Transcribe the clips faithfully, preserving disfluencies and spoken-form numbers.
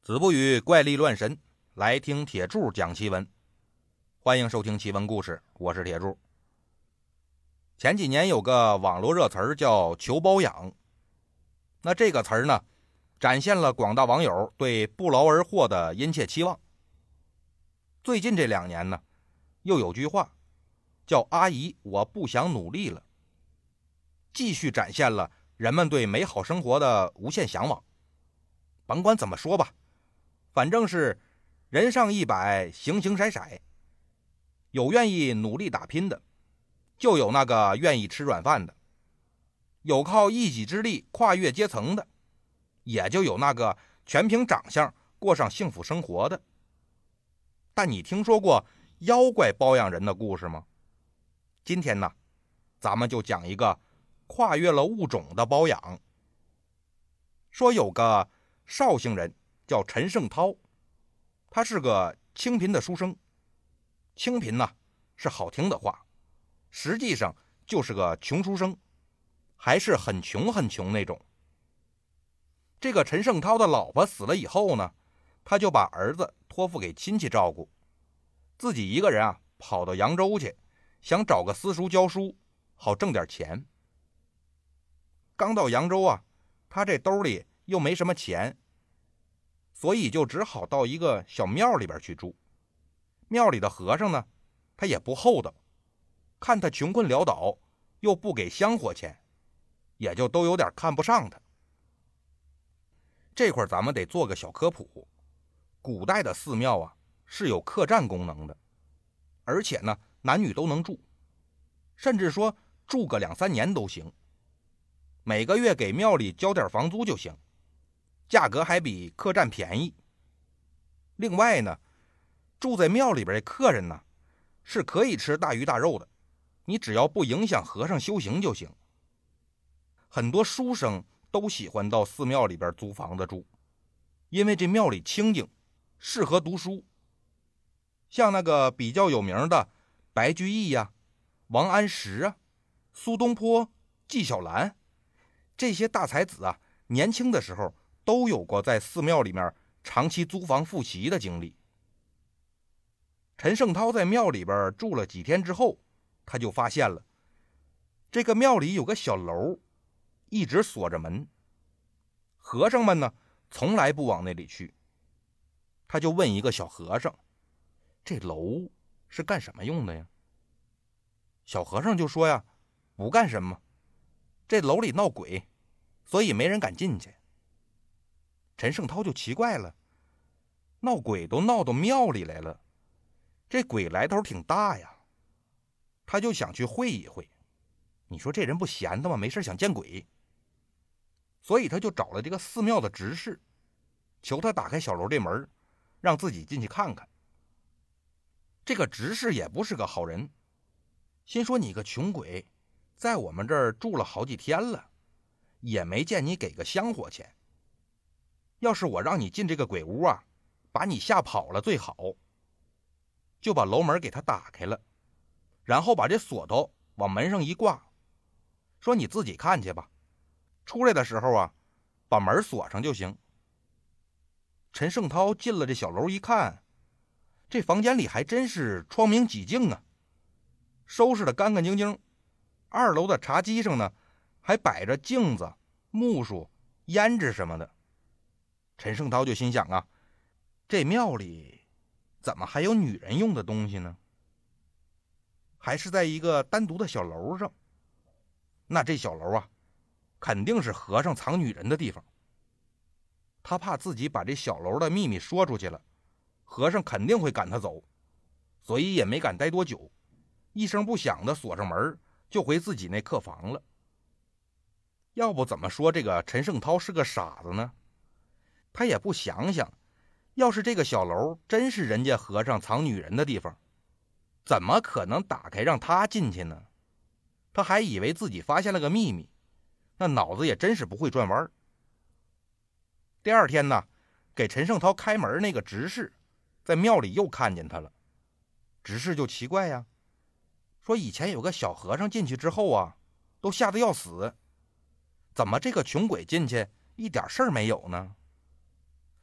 子不语怪力乱神，来听铁柱讲奇闻。欢迎收听奇闻故事，我是铁柱。前几年有个网络热词儿叫求包养，那这个词儿呢，展现了广大网友对不劳而获的殷切期望。最近这两年呢，又有句话叫阿姨我不想努力了，继续展现了人们对美好生活的无限向往。甭管怎么说吧，反正是人上一百，形形色色，有愿意努力打拼的，就有那个愿意吃软饭的，有靠一己之力跨越阶层的，也就有那个全凭长相过上幸福生活的。但你听说过妖怪包养人的故事吗？今天呢，咱们就讲一个跨越了物种的包养。说有个绍兴人叫陈胜涛，他是个清贫的书生。清贫呢是好听的话，实际上就是个穷书生，还是很穷很穷那种。这个陈胜涛的老婆死了以后呢，他就把儿子托付给亲戚照顾，自己一个人啊跑到扬州去，想找个私塾教书，好挣点钱。刚到扬州啊，他这兜里又没什么钱，所以就只好到一个小庙里边去住。庙里的和尚呢，他也不厚道，看他穷困潦倒，又不给香火钱，也就都有点看不上他。这块咱们得做个小科普，古代的寺庙啊是有客栈功能的，而且呢男女都能住，甚至说住个两三年都行，每个月给庙里交点房租就行，价格还比客栈便宜。另外呢，住在庙里边的客人呢，是可以吃大鱼大肉的，你只要不影响和尚修行就行。很多书生都喜欢到寺庙里边租房子住，因为这庙里清静，适合读书。像那个比较有名的白居易呀、王安石啊、苏东坡、纪晓岚，这些大才子啊，年轻的时候都有过在寺庙里面长期租房复习的经历。陈胜涛在庙里边住了几天之后，他就发现了这个庙里有个小楼，一直锁着门，和尚们呢从来不往那里去。他就问一个小和尚，这楼是干什么用的呀？小和尚就说呀，不干什么，这楼里闹鬼，所以没人敢进去。陈胜涛就奇怪了，闹鬼都闹到庙里来了，这鬼来头挺大呀，他就想去会一会。你说这人不闲的吗？没事想见鬼。所以他就找了这个寺庙的执事，求他打开小楼这门，让自己进去看看。这个执事也不是个好人，心说你个穷鬼，在我们这儿住了好几天了，也没见你给个香火钱。要是我让你进这个鬼屋啊，把你吓跑了最好。就把楼门给他打开了，然后把这锁头往门上一挂，说你自己看去吧，出来的时候啊，把门锁上就行。陈胜涛进了这小楼一看，这房间里还真是窗明几净啊，收拾得干干净净。二楼的茶几上呢，还摆着镜子、木梳、胭脂什么的。陈胜涛就心想啊，这庙里怎么还有女人用的东西呢？还是在一个单独的小楼上，那这小楼啊，肯定是和尚藏女人的地方。他怕自己把这小楼的秘密说出去了，和尚肯定会赶他走，所以也没敢待多久，一声不响的锁上门，就回自己那客房了。要不怎么说这个陈胜涛是个傻子呢？他也不想想，要是这个小楼真是人家和尚藏女人的地方，怎么可能打开让他进去呢？他还以为自己发现了个秘密，那脑子也真是不会转弯。第二天呢，给陈胜涛开门那个执事在庙里又看见他了。执事就奇怪呀，说以前有个小和尚进去之后啊，都吓得要死，怎么这个穷鬼进去一点事儿没有呢？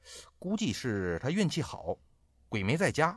估计是他运气好，鬼没在家。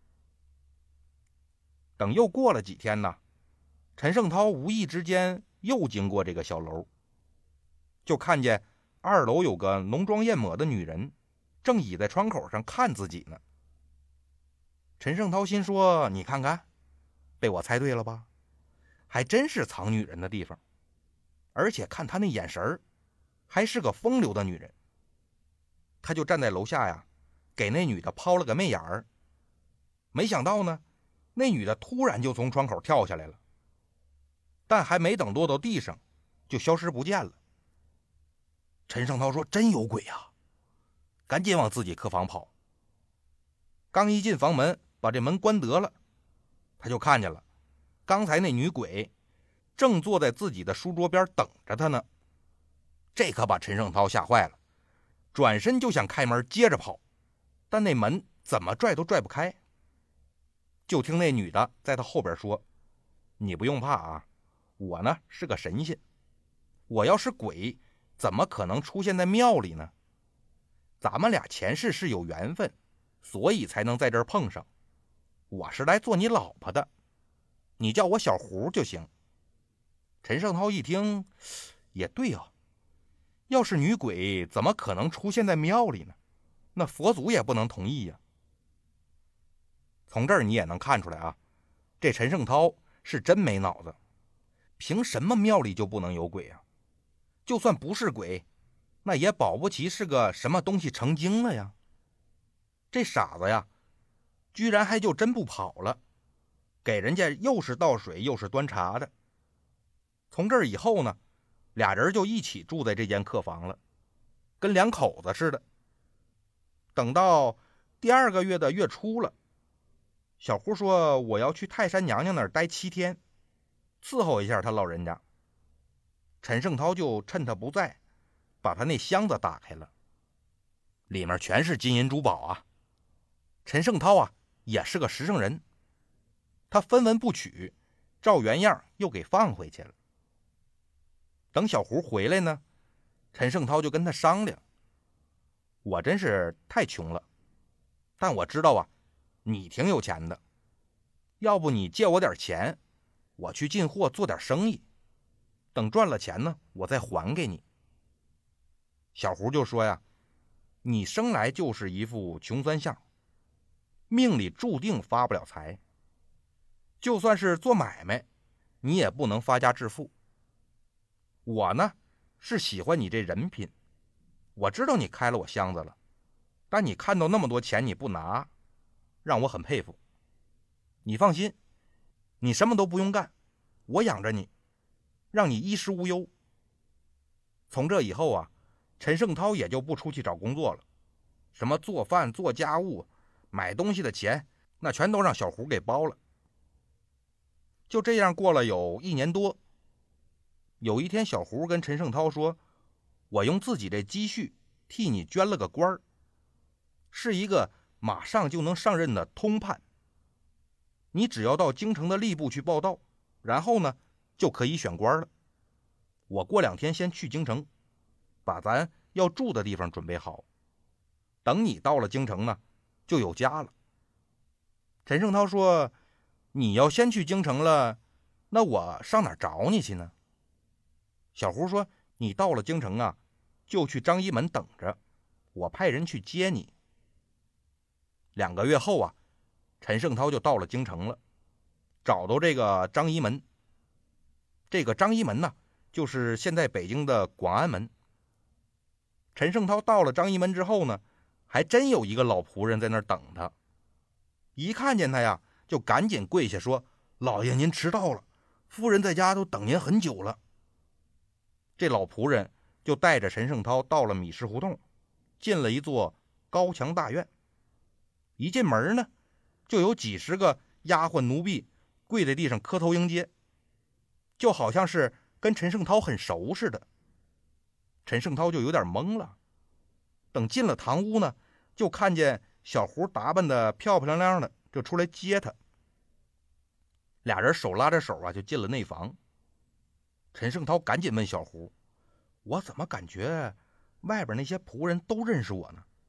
等又过了几天呢，陈胜涛无意之间又经过这个小楼，就看见二楼有个浓妆艳抹的女人，正倚在窗口上看自己呢。陈胜涛心说，你看看，被我猜对了吧？还真是藏女人的地方，而且看她那眼神，还是个风流的女人。他就站在楼下呀，给那女的抛了个媚眼儿。没想到呢，那女的突然就从窗口跳下来了，但还没等落到地上，就消失不见了。陈胜涛说：“真有鬼呀！”赶紧往自己客房跑。刚一进房门，把这门关得了，他就看见了，刚才那女鬼正坐在自己的书桌边等着他呢。这可把陈胜涛吓坏了，转身就想开门接着跑，但那门怎么拽都拽不开。就听那女的在他后边说：“你不用怕啊，我呢是个神仙，我要是鬼，怎么可能出现在庙里呢？咱们俩前世是有缘分，所以才能在这儿碰上。我是来做你老婆的，你叫我小胡就行。”陈胜涛一听，也对啊，要是女鬼怎么可能出现在庙里呢？那佛祖也不能同意呀。从这儿你也能看出来啊，这陈胜涛是真没脑子。凭什么庙里就不能有鬼啊？就算不是鬼，那也保不齐是个什么东西成精了呀。这傻子呀，居然还就真不跑了，给人家又是倒水又是端茶的。从这儿以后呢，俩人就一起住在这间客房了，跟两口子似的。等到第二个月的月初了，小胡说我要去泰山娘娘那儿待七天，伺候一下他老人家。陈胜涛就趁他不在，把他那箱子打开了，里面全是金银珠宝啊。陈胜涛啊也是个实诚人，他分文不取，照原样又给放回去了。等小胡回来呢，陈胜涛就跟他商量：“我真是太穷了，但我知道啊，你挺有钱的，要不你借我点钱，我去进货做点生意，等赚了钱呢，我再还给你。”小胡就说呀：“你生来就是一副穷酸相，命里注定发不了财，就算是做买卖，你也不能发家致富。我呢，是喜欢你这人品，我知道你开了我箱子了，但你看到那么多钱你不拿，让我很佩服。你放心，你什么都不用干，我养着你，让你衣食无忧。”从这以后啊，陈胜涛也就不出去找工作了，什么做饭做家务买东西的钱，那全都让小胡给包了。就这样过了有一年多，有一天小胡跟陈胜涛说：“我用自己这积蓄替你捐了个官儿，是一个马上就能上任的通判，你只要到京城的吏部去报到，然后呢就可以选官了。我过两天先去京城，把咱要住的地方准备好，等你到了京城呢就有家了。”陈胜涛说：“你要先去京城了，那我上哪儿找你去呢？”小胡说：“你到了京城啊，就去张一门等着，我派人去接你。”两个月后啊，陈胜涛就到了京城了，找到这个张一门。这个张一门呢，就是现在北京的广安门。陈胜涛到了张一门之后呢，还真有一个老仆人在那儿等他。一看见他呀，就赶紧跪下说：“老爷您迟到了，夫人在家都等您很久了。”这老仆人就带着陈胜涛到了米市胡同，进了一座高墙大院。一进门呢，就有几十个丫鬟奴婢跪在地上磕头迎接，就好像是跟陈胜涛很熟似的。陈胜涛就有点懵了。等进了堂屋呢，就看见小胡打扮的漂漂亮亮的，就出来接他。俩人手拉着手啊，就进了内房。陈胜涛赶紧问小胡：“我怎么感觉外边那些仆人都认识我呢？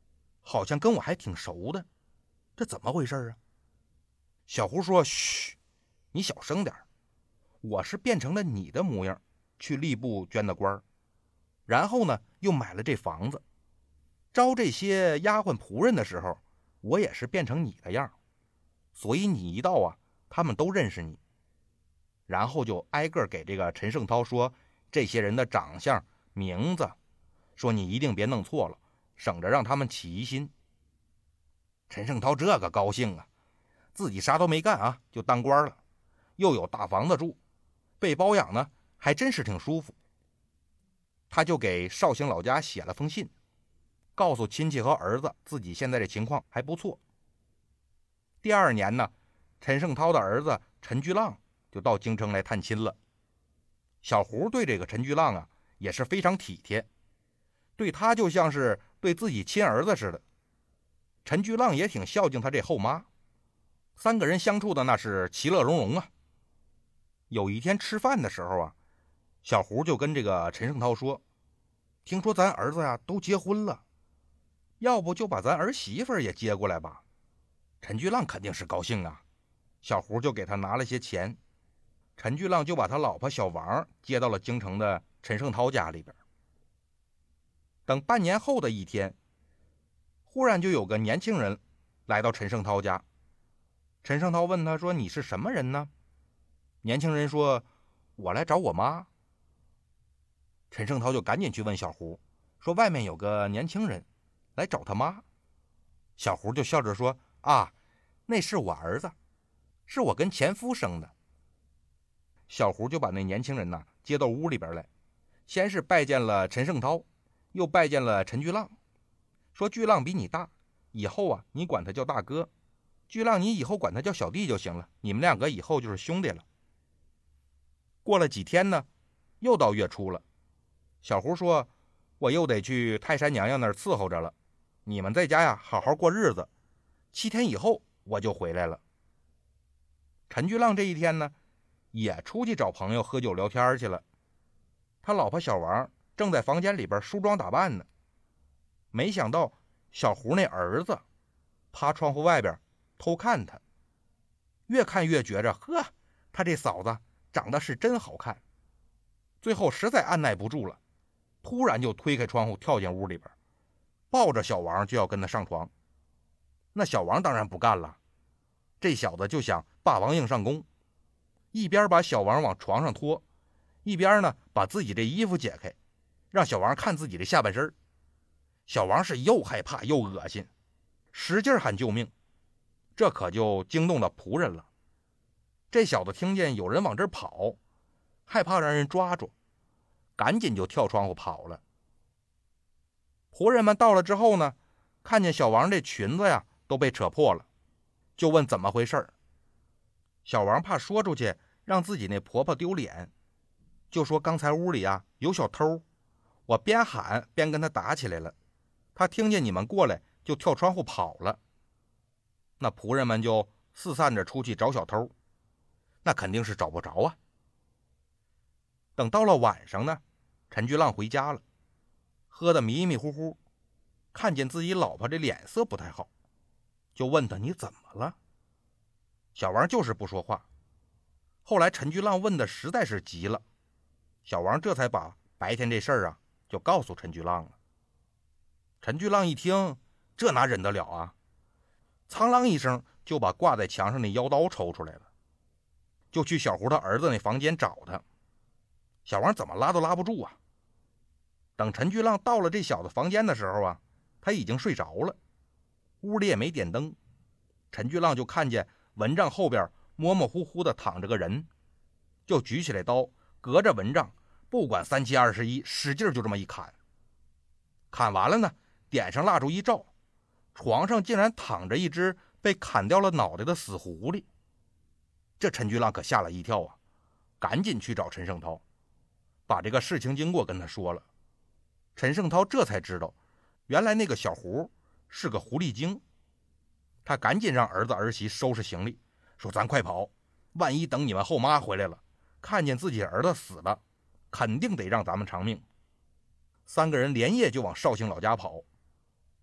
好像跟我还挺熟的，这怎么回事啊？小胡说：“嘘，你小声点，我是变成了你的模样去吏部捐的官，然后呢又买了这房子，招这些丫鬟仆人的时候，我也是变成你的样，所以你一到啊，他们都认识你。”然后就挨个给这个陈胜涛说这些人的长相、名字，说你一定别弄错了，省着让他们起疑心。陈胜涛这个高兴啊，自己啥都没干啊，就当官了，又有大房子住，被包养呢，还真是挺舒服。他就给绍兴老家写了封信，告诉亲戚和儿子自己现在这情况还不错。第二年呢，陈胜涛的儿子陈巨浪就到京城来探亲了。小胡对这个陈巨浪啊也是非常体贴，对他就像是对自己亲儿子似的。陈巨浪也挺孝敬他这后妈，三个人相处的那是其乐融融啊。有一天吃饭的时候啊，小胡就跟这个陈胜涛说：“听说咱儿子呀都结婚了，要不就把咱儿媳妇也接过来吧。”陈巨浪肯定是高兴啊，小胡就给他拿了些钱，陈巨浪就把他老婆小王接到了京城的陈胜涛家里边。等半年后的一天，忽然就有个年轻人来到陈胜涛家。陈胜涛问他说：“你是什么人呢？”年轻人说：“我来找我妈。”陈胜涛就赶紧去问小胡说：“外面有个年轻人来找他妈。”小胡就笑着说：“啊，那是我儿子，是我跟前夫生的。”小胡就把那年轻人呢接到屋里边来，先是拜见了陈胜涛，又拜见了陈巨浪，说：“巨浪比你大，以后啊你管他叫大哥，巨浪你以后管他叫小弟就行了，你们两个以后就是兄弟了。”过了几天呢，又到月初了，小胡说：“我又得去泰山娘娘那儿伺候着了，你们在家呀好好过日子，七天以后我就回来了。”陈巨浪这一天呢也出去找朋友喝酒聊天去了，他老婆小王正在房间里边梳妆打扮呢。没想到小胡那儿子趴窗户外边偷看他，越看越觉着呵，他这嫂子长得是真好看。最后实在按耐不住了，突然就推开窗户跳进屋里边，抱着小王就要跟他上床。那小王当然不干了，这小子就想霸王硬上弓，一边把小王往床上拖，一边呢把自己这衣服解开，让小王看自己的下半身。小王是又害怕又恶心，使劲喊救命，这可就惊动了仆人了。这小子听见有人往这儿跑，害怕让人抓住，赶紧就跳窗户跑了。仆人们到了之后呢，看见小王这裙子呀都被扯破了，就问怎么回事。小王怕说出去让自己那婆婆丢脸，就说刚才屋里啊有小偷，我边喊边跟他打起来了，他听见你们过来就跳窗户跑了。那仆人们就四散着出去找小偷，那肯定是找不着啊。等到了晚上呢，陈巨浪回家了，喝得迷迷糊糊，看见自己老婆这脸色不太好，就问他：“你怎么了？”小王就是不说话。后来陈巨浪问的实在是急了，小王这才把白天这事儿啊就告诉陈巨浪了。陈巨浪一听，这哪忍得了啊，苍啷一声就把挂在墙上的腰刀抽出来了，就去小胡他儿子那房间找他。小王怎么拉都拉不住啊。等陈巨浪到了这小子房间的时候啊，他已经睡着了，屋里也没点灯。陈巨浪就看见蚊帐后边模模糊糊的躺着个人，就举起来刀，隔着蚊帐，不管三七二十一，使劲就这么一砍。砍完了呢，点上蜡烛一照，床上竟然躺着一只被砍掉了脑袋的死狐狸。这陈巨浪可吓了一跳啊，赶紧去找陈胜涛，把这个事情经过跟他说了。陈胜涛这才知道，原来那个小胡是个狐狸精。他赶紧让儿子儿媳收拾行李，说咱快跑，万一等你们后妈回来了，看见自己儿子死了，肯定得让咱们偿命。三个人连夜就往绍兴老家跑。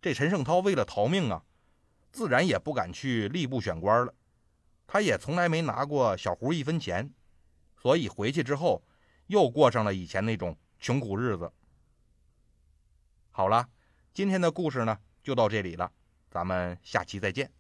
这陈胜涛为了逃命啊，自然也不敢去吏部选官了。他也从来没拿过小胡一分钱，所以回去之后又过上了以前那种穷苦日子。好了，今天的故事呢就到这里了，咱们下期再见。